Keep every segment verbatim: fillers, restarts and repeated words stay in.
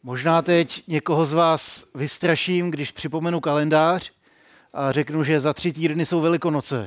Možná teď někoho z vás vystraším, když připomenu kalendář a řeknu, že za tři týdny jsou Velikonoce.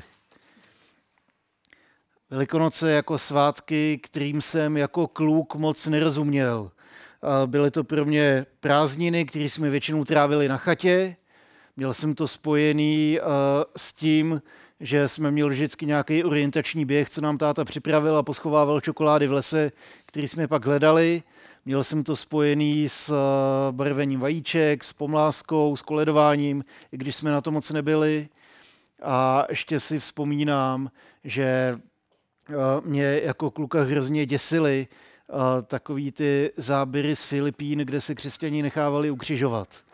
Velikonoce jako svátky, kterým jsem jako kluk moc nerozuměl. Byly to pro mě prázdniny, které jsme většinou trávili na chatě. Měl jsem to spojený s tím, že jsme měli vždycky nějaký orientační běh, co nám táta připravil a poschovával čokolády v lese, který jsme pak hledali. Měl jsem to spojený s barvením vajíček, s pomláskou, s koledováním, i když jsme na to moc nebyli. A ještě si vzpomínám, že mě jako kluka hrozně děsily takový ty záběry z Filipín, kde se křesťané nechávali ukřižovat.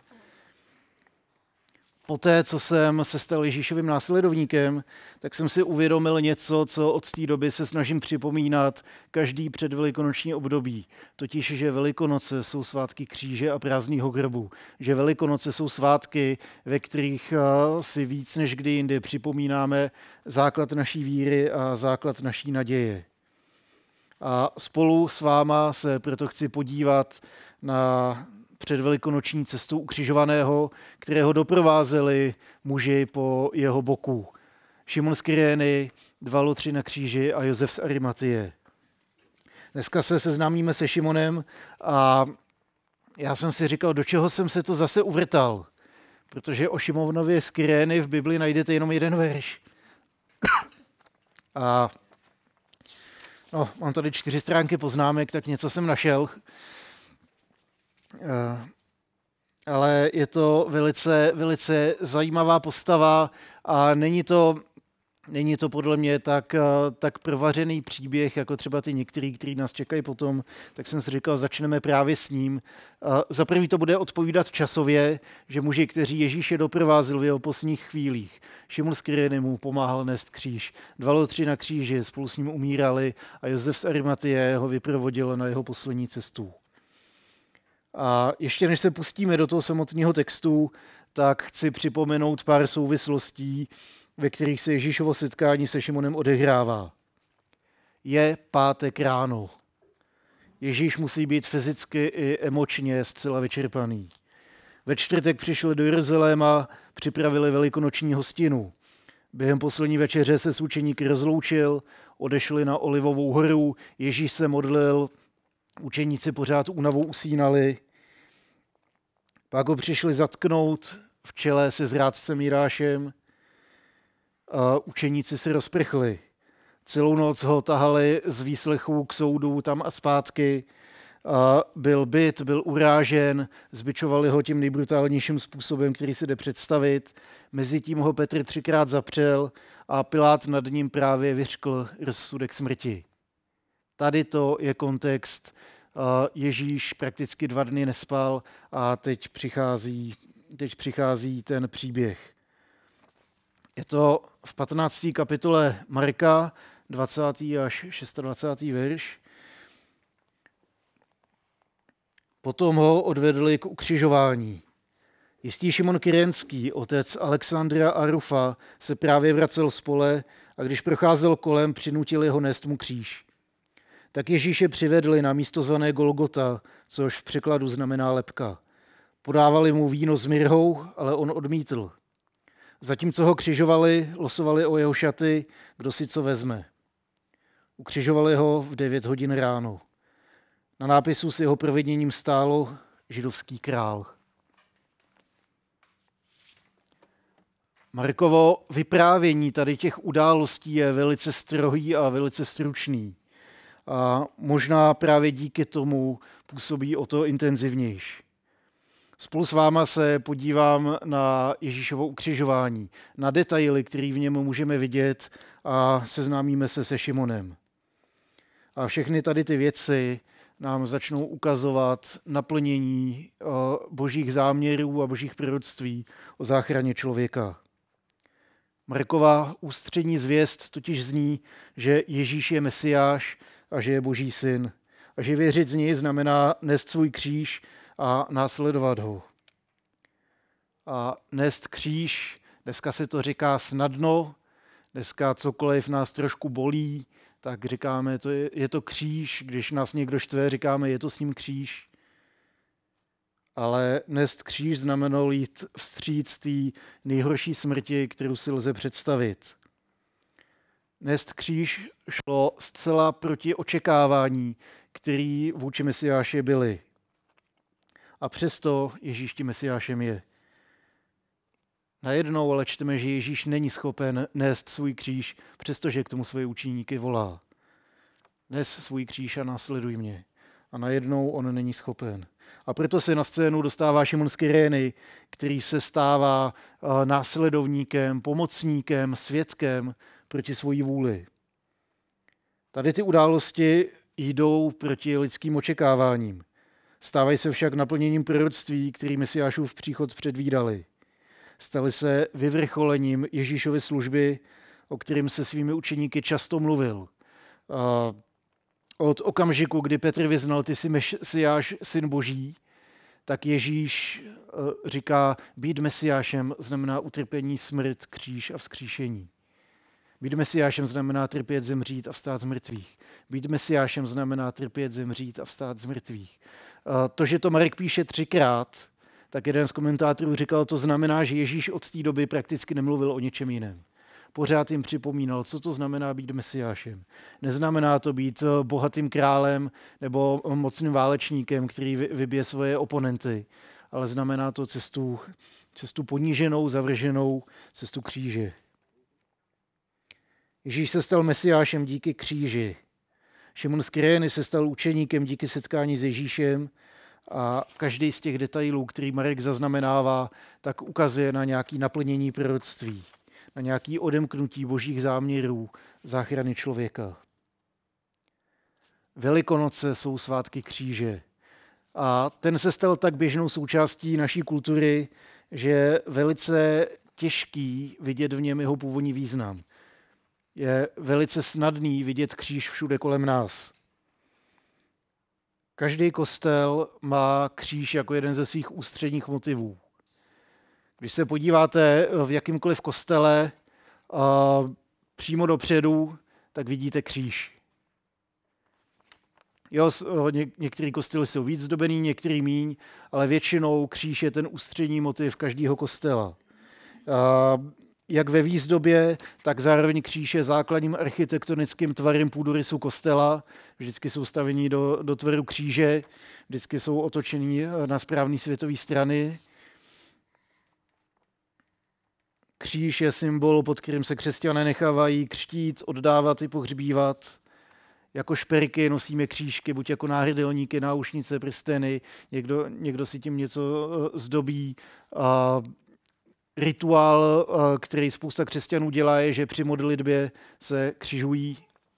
Poté, co jsem se stal Ježíšovým následovníkem, tak jsem si uvědomil něco, co od té doby se snažím připomínat každý předvelikonoční období. Totiž, že Velikonoce jsou svátky kříže a prázdného hrobu. Že Velikonoce jsou svátky, ve kterých si víc než kdy jindy připomínáme základ naší víry a základ naší naděje. A spolu s váma se proto chci podívat na předvelikonoční cestu ukřižovaného, kterého doprovázeli muži po jeho boku. Šimon z Kyrény, dva lotři na kříži a Josef z Arimatie. Dneska se seznámíme se Šimonem a já jsem si říkal, do čeho jsem se to zase uvrtal. Protože o Šimonově z Kyrény v Bibli najdete jenom jeden verš. A no, mám tady čtyři stránky poznámek, tak něco jsem našel. Ale je to velice, velice zajímavá postava a není to, není to podle mě tak, tak provařený příběh, jako třeba ty některý, který nás čekají potom, tak jsem si říkal, začneme právě s ním. Za prvý to bude odpovídat časově, že muži, kteří Ježíše doprovázeli v jeho posledních chvílích, Šimon z Kyrény mu pomáhal nést kříž, dva lotři na kříži spolu s ním umírali a Josef z Arimatie ho vyprovodil na jeho poslední cestu. A ještě než se pustíme do toho samotného textu, tak chci připomenout pár souvislostí, ve kterých se Ježíšovo setkání se Šimonem odehrává. Je pátek ráno. Ježíš musí být fyzicky i emočně zcela vyčerpaný. Ve čtvrtek přišli do Jeruzaléma, připravili velikonoční hostinu. Během poslední večeře se s učeníky rozloučil, odešli na Olivovou horu, Ježíš se modlil, učeníci pořád únavou usínali. Pak ho přišli zatknout v čele se zrádcem Jirášem. A učeníci se rozprchli. Celou noc ho tahali z výslechů k soudu tam a zpátky. A byl bit, byl urážen, zbičovali ho tím nejbrutálnějším způsobem, který si jde představit. Mezitím ho Petr třikrát zapřel a Pilát nad ním právě vyřkl rozsudek smrti. Tady to je kontext. Ježíš prakticky dva dny nespal a teď přichází, teď přichází ten příběh. Je to v patnácté kapitole Marka, dvacátý až dvacátý šestý verš. Potom ho odvedli k ukřižování. Jistý Šimon Kyrénský, otec Alexandra a Rufa, se právě vracel z pole a když procházel kolem, přinutili ho nést mu kříž. Tak Ježíše přivedli na místo zvané Golgota, což v překladu znamená lebka. Podávali mu víno s mirhou, ale on odmítl. Zatímco ho křižovali, losovali o jeho šaty, kdo si co vezme. Ukřižovali ho v devět hodin ráno. Na nápisu s jeho proviněním stálo židovský král. Markovo vyprávění tady těch událostí je velice strohý a velice stručný. A možná právě díky tomu působí o to intenzivnější. Spolu s váma se podívám na Ježíšovo ukřižování, na detaily, které v něm můžeme vidět a seznámíme se se Šimonem. A všechny tady ty věci nám začnou ukazovat naplnění božích záměrů a božích proroctví o záchraně člověka. Markova ústřední zvěst totiž zní, že Ježíš je Mesiáš a že je Boží syn. A že věřit z něj znamená nést svůj kříž a následovat ho. A nést kříž, dneska se to říká snadno, dneska cokoliv nás trošku bolí, tak říkáme, to je, je to kříž, když nás někdo štve, říkáme, je to s ním kříž. ale nést kříž znamenalo jít vstříc té nejhorší smrti, kterou si lze představit. Nést kříž šlo zcela proti očekávání, které vůči Mesiáše byly. A přesto Ježíš tím Mesiášem je. Najednou ale čteme, že Ježíš není schopen nést svůj kříž, přestože k tomu svoje učeníky volá. Nes svůj kříž a následuj mě. A najednou on není schopen. A proto se na scénu dostává Šimon z Kyrény, který se stává následovníkem, pomocníkem, svědkem proti svojí vůli. Tady ty události jdou proti lidským očekáváním. Stávají se však naplněním proroctví, který Mesiášův příchod předvídali. Staly se vyvrcholením Ježíšovy služby, o kterým se svými učeníky často mluvil. Od okamžiku, kdy Petr vyznal, ty jsi Mesiáš, syn Boží, tak Ježíš říká, být Mesiášem znamená utrpení, smrt, kříž a vzkříšení. Být Mesiášem znamená trpět, zemřít a vstát z mrtvých. Být Mesiášem znamená trpět, zemřít a vstát z mrtvých. To, že to Marek píše třikrát, tak jeden z komentátorů říkal, to znamená, že Ježíš od té doby prakticky nemluvil o něčem jiném. Pořád jim připomínal, co to znamená být Mesiášem. Neznamená to být bohatým králem nebo mocným válečníkem, který vybije svoje oponenty, ale znamená to cestu, cestu poníženou, zavrženou, cestu kříže. Ježíš se stal Mesiášem díky kříži. Šimon z Kyrény se stal učeníkem díky setkání s Ježíšem a každý z těch detailů, který Marek zaznamenává, tak ukazuje na nějaké naplnění proroctví, na nějaké odemknutí božích záměrů záchrany člověka. Velikonoce jsou svátky kříže a ten se stal tak běžnou součástí naší kultury, že je velice těžký vidět v něm jeho původní význam. Je velice snadný vidět kříž všude kolem nás. Každý kostel má kříž jako jeden ze svých ústředních motivů. Když se podíváte v jakýmkoliv kostele a přímo dopředu, tak vidíte kříž. Jo, některé kostely jsou víc zdobený, některý míň, ale většinou kříž je ten ústřední motiv každého kostela. A jak ve výzdobě, tak zároveň kříž je základním architektonickým tvarem půdorysu kostela. Vždycky jsou stavení do, do tvaru kříže, vždycky jsou otočení na správné světové strany. Kříž je symbol, pod kterým se křesťané nechávají křtít, oddávat i pohřbívat. Jako šperky nosíme křížky, buď jako náhrdelníky, náušnice, prsteny, někdo, někdo si tím něco zdobí. A rituál, který spousta křesťanů dělá, je, že při modlitbě se křižují.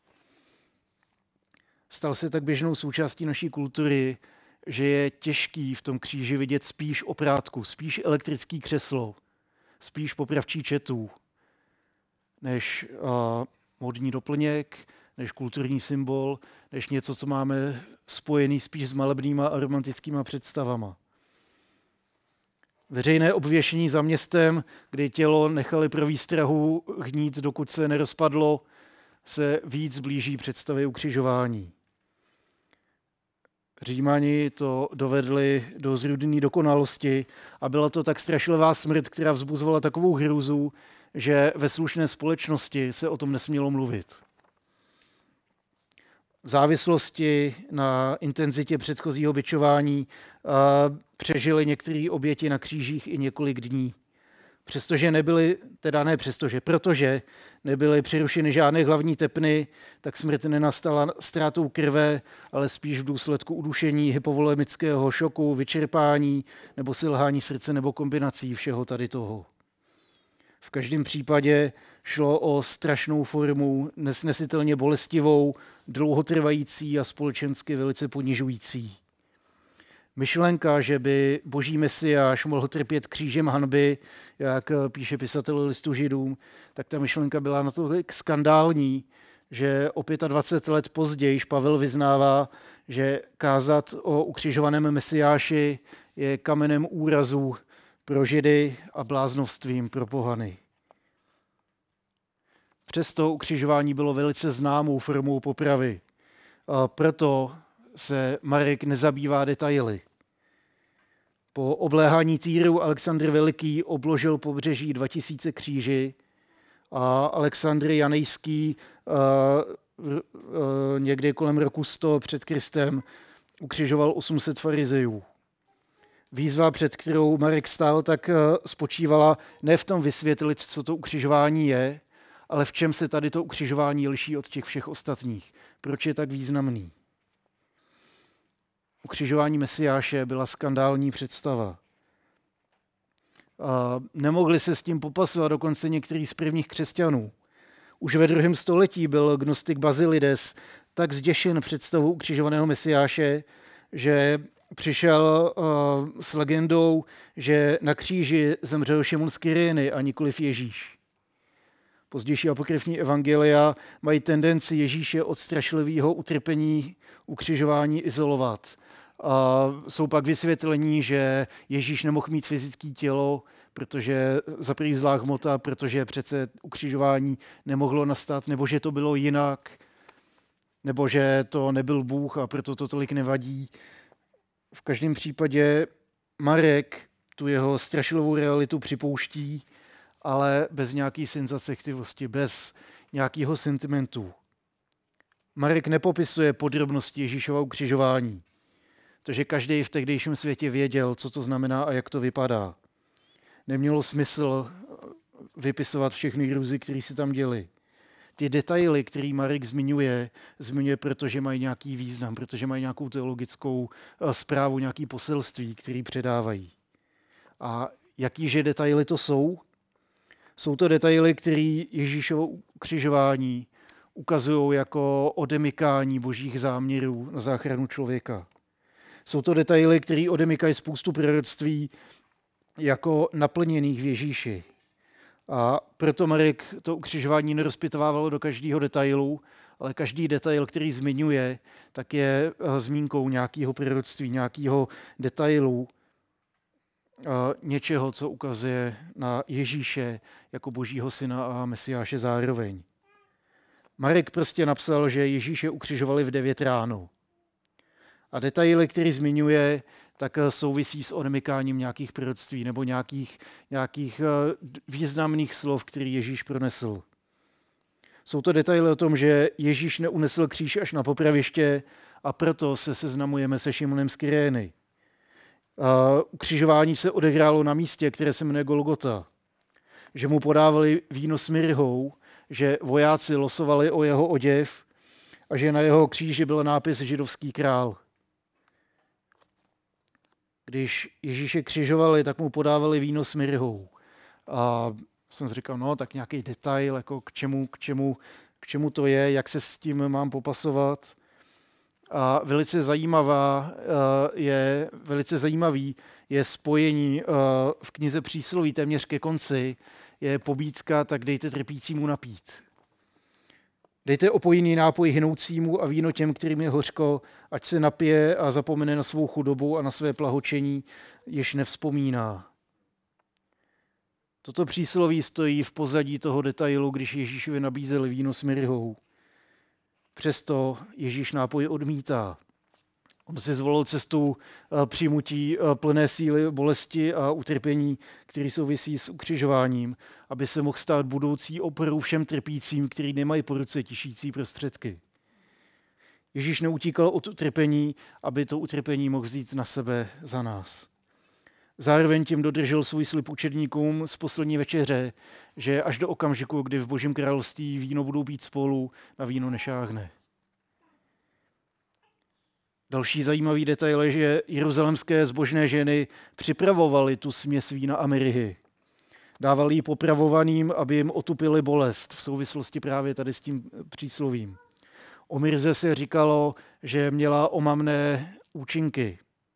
Stal se tak běžnou součástí naší kultury, že je těžký v tom kříži vidět spíš oprátku, spíš elektrický křeslo, spíš popravčí četu, než uh, módní doplněk, než kulturní symbol, než něco, co máme spojený spíš s malebnýma a romantickýma představama. Veřejné obvěšení za městem, kdy tělo nechali pro výstrahu hnít, dokud se nerozpadlo, se víc blíží představě ukřižování. Římani to dovedli do zrůdné dokonalosti a byla to tak strašlivá smrt, která vzbuzovala takovou hrůzu, že ve slušné společnosti se o tom nesmělo mluvit. V závislosti na intenzitě předchozího bičování přežili některé oběti na křížích i několik dní. Přestože nebyly, teda ne přestože, protože nebyly přerušeny žádné hlavní tepny, tak smrt nenastala ztrátou krve, ale spíš v důsledku udušení, hypovolemického šoku, vyčerpání nebo selhání srdce nebo kombinací všeho tady toho. V každém případě šlo o strašnou formu, nesnesitelně bolestivou, dlouhotrvající a společensky velice ponižující. Myšlenka, že by boží Mesiáš mohl trpět křížem hanby, jak píše pisatel listu Židům, tak ta myšlenka byla natolik skandální, že o dvacet pět let později Pavel vyznává, že kázat o ukřižovaném Mesiáši je kamenem úrazu pro Židy a bláznovstvím pro pohany. Přesto ukřižování bylo velice známou formou popravy. A proto se Marek nezabývá detaily. Po obléhání Týru Alexandr Veliký obložil pobřeží dva tisíce kříži a Alexandr Janejský uh, uh, někdy kolem roku sto před Kristem ukřižoval osm set farizejů. Výzva, před kterou Marek stál, tak uh, spočívala ne v tom vysvětlit, co to ukřižování je, ale v čem se tady to ukřižování liší od těch všech ostatních. Proč je tak významný? Ukřižování Mesiáše byla skandální představa. A nemohli se s tím popasovat dokonce některý z prvních křesťanů. Už ve druhém století byl gnostik Bazilides tak zděšen představou ukřižovaného Mesiáše, že přišel uh, s legendou, že na kříži zemřel Šimon z Kyrény a nikoliv Ježíš. Pozdější apokryfní evangelia mají tendenci Ježíše od strašlivého utrpení ukřižování izolovat. A jsou pak vysvětlení, že Ježíš nemohl mít fyzické tělo, protože za první zlá hmota, protože přece ukřižování nemohlo nastat, nebo že to bylo jinak, nebo že to nebyl Bůh a proto to tolik nevadí. V každém případě Marek tu jeho strašlivou realitu připouští, ale bez nějaký senzacechtivosti, bez nějakého sentimentu. Marek nepopisuje podrobnosti Ježíšova ukřižování, protože každý v tehdejším světě věděl, co to znamená a jak to vypadá. Nemělo smysl vypisovat všechny hrůzy, které se tam děly. Ty detaily, které Marek zmiňuje, zmiňuje, protože mají nějaký význam, protože mají nějakou teologickou zprávu, nějaké poselství, které předávají. A jakýže detaily to jsou? Jsou to detaily, které Ježíšovo ukřižování ukazují jako odemykání božích záměrů na záchranu člověka. Jsou to detaily, které odemykají spoustu proroctví jako naplněných v Ježíši. A proto Marek to ukřižování nerozpitovával do každého detailu, ale každý detail, který zmiňuje, tak je zmínkou nějakého proroctví, nějakého detailu, něčeho, co ukazuje na Ježíše jako božího syna a Mesiáše zároveň. Marek prostě napsal, že Ježíše ukřižovali v devět ráno. A detaily, které zmiňuje, tak souvisí s odmykáním nějakých proroctví nebo nějakých, nějakých významných slov, které Ježíš pronesl. Jsou to detaily o tom, že Ježíš neunesl kříž až na popraviště a proto se seznamujeme se Šimonem z Kyrény. Ukřižování se odehrálo na místě, které se jmenuje Golgota. Že mu podávali víno s mirhou, že vojáci losovali o jeho oděv a že na jeho kříži byl nápis Židovský král. Když Ježíše křižovali, tak mu podávali víno s mirhou. A jsem si říkal, no tak nějaký detail, jako k čemu, k čemu, k čemu to je, jak se s tím mám popasovat. A velice zajímavá je, velice zajímavý je spojení v knize Přísloví téměř ke konci, je pobídka, tak dejte trpícímu napít. Dejte opojný nápoj hynoucímu a víno těm, kterým je hořko, ať se napije a zapomene na svou chudobu a na své plahočení, jež nevzpomíná. Toto přísloví stojí v pozadí toho detailu, když Ježíšovi nabízeli víno s mirhou. Přesto Ježíš nápoj odmítá. On si zvolil cestu přijmutí plné síly, bolesti a utrpení, který souvisí s ukřižováním, aby se mohl stát budoucí oporou všem trpícím, kteří nemají po ruce tišící prostředky. Ježíš neutíkal od utrpení, aby to utrpení mohl vzít na sebe za nás. Zároveň tím dodržel svůj slib učedníkům z poslední večeře, že až do okamžiku, kdy v Božím království víno budou pít spolu, na víno nešáhne. Další zajímavý detail je, že jeruzalemské zbožné ženy připravovaly tu směs vína a mirhy. Dávali ji popravovaným, aby jim otupili bolest v souvislosti právě tady s tím příslovím. O mirze se říkalo, že měla omamné účinky.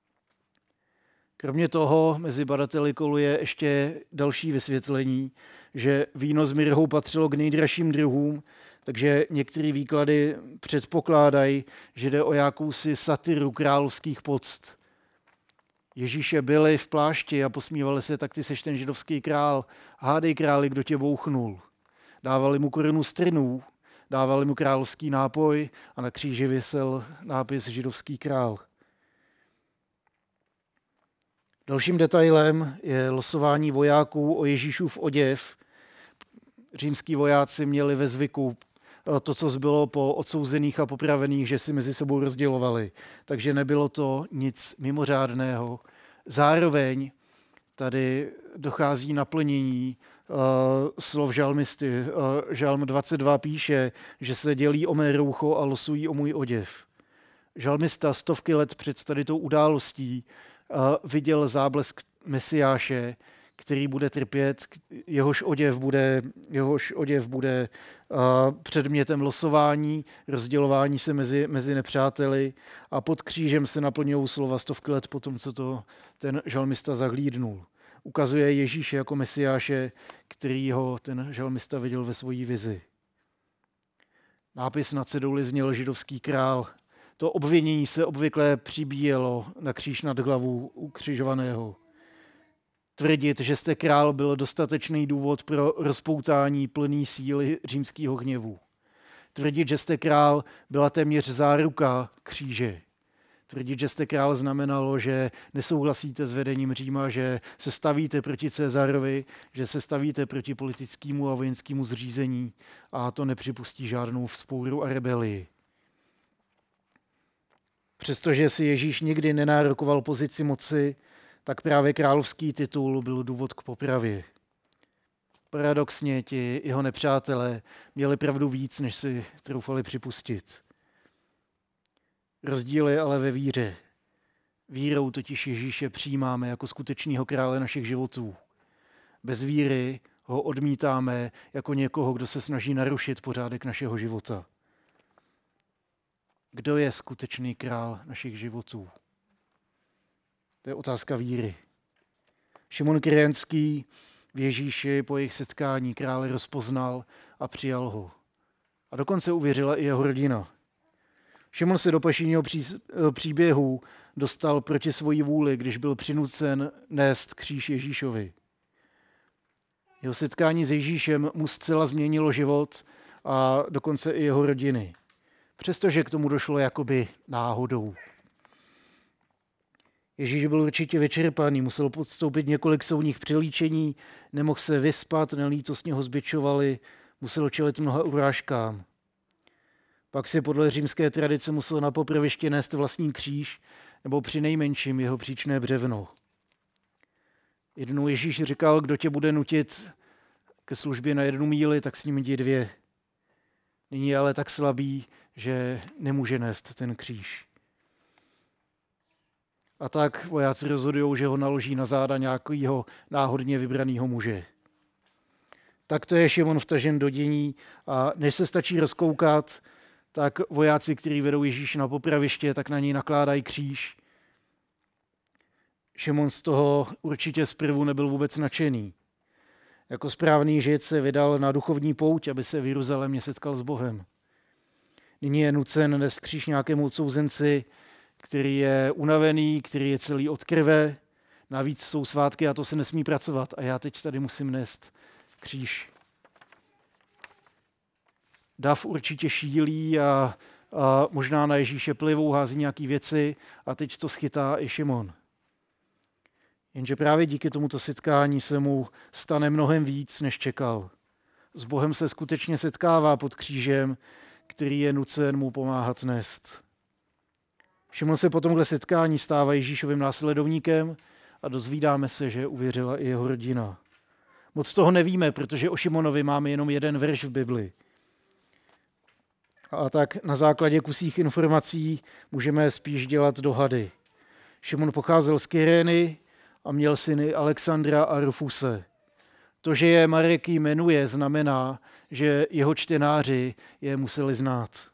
Kromě toho mezi badateli koluje ještě další vysvětlení, že víno s mirhou patřilo k nejdražším druhům, takže některé výklady předpokládají, že jde o jakousi satiru královských poct. Ježíše byli v plášti a posmívali se, tak ty seš ten židovský král, hádej králi, kdo tě bouchnul. Dávali mu korunu strnů, dávali mu královský nápoj a na kříži visel nápis Židovský král. Dalším detailem je losování vojáků o Ježíšův oděv. Římský vojáci měli ve zvyku to, co zbylo po odsouzených a popravených, že si mezi sebou rozdělovali. Takže nebylo to nic mimořádného. Zároveň tady dochází naplnění uh, slov žalmisty. Uh, Žalm dvacet dva píše, že se dělí o mé roucho a losují o můj oděv. Žalmista stovky let před tady tou událostí uh, viděl záblesk Mesiáše, který bude trpět, jehož oděv bude, jehož oděv bude uh, předmětem losování, rozdělování se mezi, mezi nepřáteli a pod křížem se naplňují slova stovky let potom, co to ten žalmista zahlídnul. Ukazuje Ježíše jako Mesiáše, který ho ten žalmista viděl ve svojí vizi. Nápis na ceduli zněl židovský král. To obvinění se obvykle přibíjelo na kříž nad hlavu ukřižovaného. Tvrdit, že jste král, byl dostatečný důvod pro rozpoutání plný síly římského hněvu. Tvrdit, že jste král, byla téměř záruka kříže. Tvrdit, že jste král, znamenalo, že nesouhlasíte s vedením Říma, že se stavíte proti Cezarovi, že se stavíte proti politickému a vojenskému zřízení a to nepřipustí žádnou vzpouru a rebelii. Přestože si Ježíš nikdy nenárokoval pozici moci, tak právě královský titul byl důvod k popravě. Paradoxně ti jeho nepřátelé měli pravdu víc, než si troufali připustit. Rozdíl je ale ve víře. Vírou totiž Ježíše přijímáme jako skutečného krále našich životů. Bez víry ho odmítáme jako někoho, kdo se snaží narušit pořádek našeho života. Kdo je skutečný král našich životů? To je otázka víry. Šimon Kyrenský v Ježíši po jejich setkání krále rozpoznal a přijal ho. A dokonce uvěřila i jeho rodina. Šimon se do pašijního příběhu dostal proti svojí vůli, když byl přinucen nést kříž Ježíšovi. Jeho setkání s Ježíšem mu zcela změnilo život a dokonce i jeho rodiny. Přestože k tomu došlo jakoby náhodou. Ježíš byl určitě vyčerpaný, musel podstoupit několik soudních přelíčení, nemohl se vyspat, nelítostně ho zbičovali, musel čelit mnoha urážkám. Pak si podle římské tradice musel na popraviště nést vlastní kříž, nebo přinejmenším jeho příčné břevno. Jednou Ježíš říkal, kdo tě bude nutit ke službě na jednu míli, tak s ním jdi dvě. Nyní je ale tak slabý, že nemůže nést ten kříž. A tak vojáci rozhodují, že ho naloží na záda nějakého náhodně vybraného muže. Tak to je Šimon vtažen do dění a než se stačí rozkoukat, tak vojáci, kteří vedou Ježíše na popraviště, tak na něj nakládají kříž. Šimon z toho určitě zprvu nebyl vůbec nadšený. Jako správný žid se vydal na duchovní pouť, aby se v Jeruzalémě setkal s Bohem. Nyní je nucen nést kříž nějakému odsouzenci, který je unavený, který je celý od krve. Navíc jsou svátky a to se nesmí pracovat. A já teď tady musím nést kříž. Dav určitě šílí a, a možná na Ježíše plivou, hází nějaký věci a teď to schytá i Šimon. Jenže právě díky tomuto setkání se mu stane mnohem víc, než čekal. S Bohem se skutečně setkává pod křížem, který je nucen mu pomáhat nést. Šimon se po tomhle setkání stává Ježíšovým následovníkem a dozvídáme se, že uvěřila i jeho rodina. Moc toho nevíme, protože o Šimonovi máme jenom jeden verš v Bibli. A tak na základě kusích informací můžeme spíš dělat dohady. Šimon pocházel z Kyrény a měl syny Alexandra a Rufuse. To, že je Marek jmenuje, znamená, že jeho čtenáři je museli znát.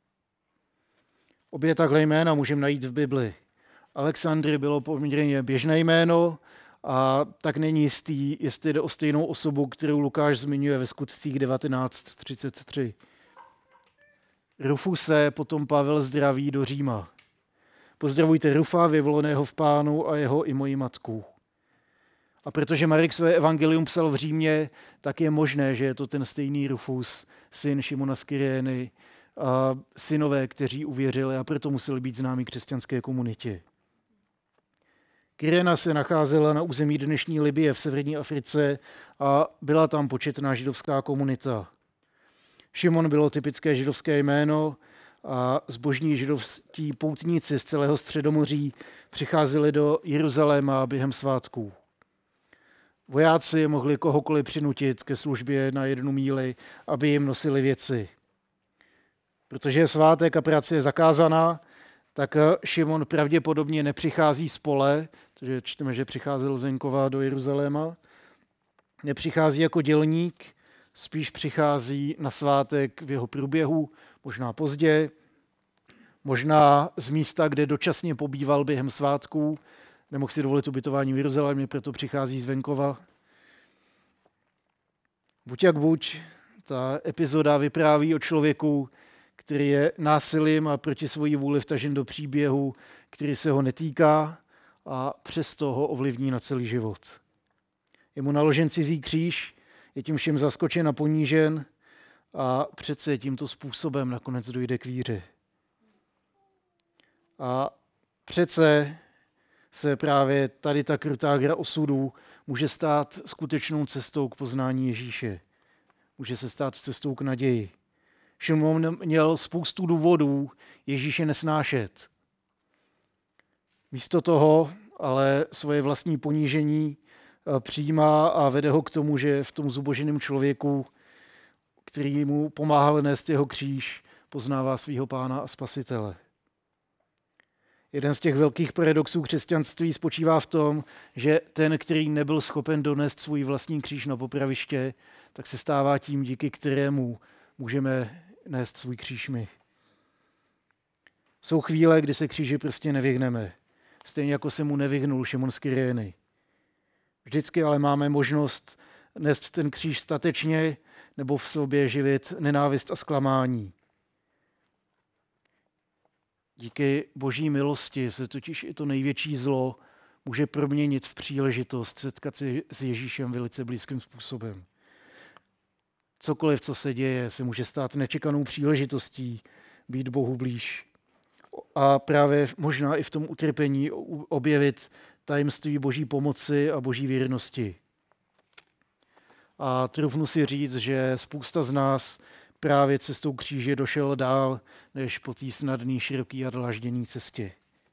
Obě takhle jména můžeme najít v Bibli. Alexandry bylo poměrně běžné jméno a tak není jistý, jestli jde o stejnou osobu, kterou Lukáš zmiňuje ve Skutcích devatenáct třicet tři. Rufuse potom Pavel zdraví do Říma. Pozdravujte Rufa, vyvoleného v Pánu a jeho i moji matku. A protože Marek své evangelium psal v Římě, tak je možné, že je to ten stejný Rufus, syn Šimona z Kyrény, a synové, kteří uvěřili a proto museli být známí křesťanské komunitě. Kyrena se nacházela na území dnešní Libye v severní Africe a byla tam početná židovská komunita. Šimon bylo typické židovské jméno a zbožní židovští poutníci z celého Středomoří přicházeli do Jeruzaléma během svátků. Vojáci mohli kohokoliv přinutit ke službě na jednu míli, aby jim nosili věci. Protože je svátek a práce je zakázaná, tak Šimon pravděpodobně nepřichází z pole, protože čteme, že přicházel z venkova do Jeruzaléma, nepřichází jako dělník, spíš přichází na svátek v jeho průběhu, možná pozdě, možná z místa, kde dočasně pobýval během svátků, nemohl si dovolit ubytování v Jeruzalémě, proto přichází z venkova. Buď jak buď, ta epizoda vypráví o člověku, který je násilím a proti svojí vůli vtažen do příběhu, který se ho netýká a přesto ho ovlivní na celý život. Je mu naložen cizí kříž, je tím všem zaskočen a ponížen a přece tímto způsobem nakonec dojde k víře. A přece se právě tady ta krutá hra osudů může stát skutečnou cestou k poznání Ježíše. Může se stát cestou k naději. Šimon měl spoustu důvodů Ježíše nesnášet. Místo toho ale svoje vlastní ponížení přijímá a vede ho k tomu, že v tom zuboženém člověku, který mu pomáhal nést jeho kříž, poznává svého pána a spasitele. Jeden z těch velkých paradoxů křesťanství spočívá v tom, že ten, který nebyl schopen donést svůj vlastní kříž na popraviště, tak se stává tím, díky kterému můžeme nést svůj kříž my. Jsou chvíle, kdy se kříži prostě nevyhneme. Stejně jako se mu nevyhnul Šimon z Kyrény. Vždycky ale máme možnost nést ten kříž statečně nebo v sobě živit nenávist a zklamání. Díky boží milosti se totiž i to největší zlo může proměnit v příležitost setkat se s Ježíšem velice blízkým způsobem. Cokoliv, co se děje, se může stát nečekanou příležitostí být Bohu blíž. A právě možná i v tom utrpení objevit tajemství boží pomoci a boží věrnosti. A trufnu si říct, že spousta z nás právě cestou kříže došel dál, než po té snadný, široký a dlažděný cestě.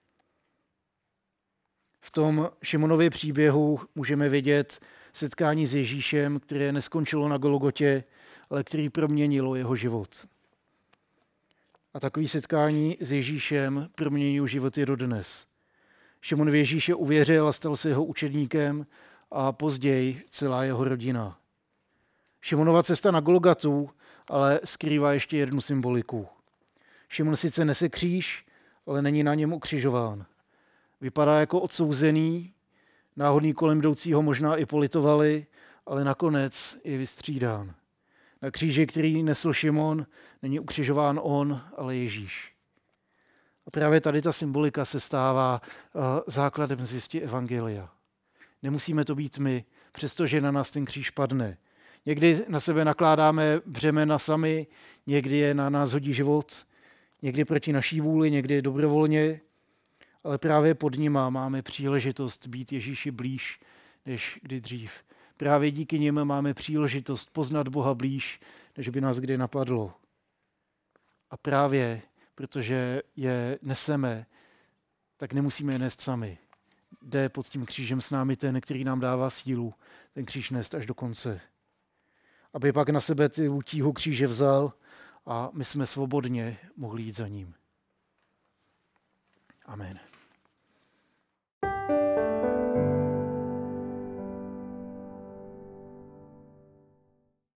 V tom Šimonově příběhu můžeme vidět setkání s Ježíšem, které neskončilo na Golgotě, ale který proměnilo jeho život. A takové setkání s Ježíšem proměňují životy dodnes. Šimon v Ježíše uvěřil a stal se jeho učedníkem a později celá jeho rodina. Šimonova cesta na Golgatu ale skrývá ještě jednu symboliku. Šimon sice nese kříž, ale není na něm ukřižován. Vypadá jako odsouzený, náhodný kolem jdoucího možná i politovali, ale nakonec je vystřídán. Na kříži, který nesl Šimon, není ukřižován on, ale Ježíš. A právě tady ta symbolika se stává základem zvěsti evangelia. Nemusíme to být my, přestože na nás ten kříž padne. Někdy na sebe nakládáme břemena sami, někdy je na nás hodí život, někdy proti naší vůli, někdy dobrovolně, ale právě pod nima máme příležitost být Ježíši blíž, než kdy dřív. Právě díky nim máme příležitost poznat Boha blíž, než by nás kdy napadlo. A právě protože je neseme, tak nemusíme je nést sami. Jde pod tím křížem s námi ten, který nám dává sílu, ten kříž nést až do konce. Aby pak na sebe ty tíhu kříže vzal a my jsme svobodně mohli jít za ním. Amen.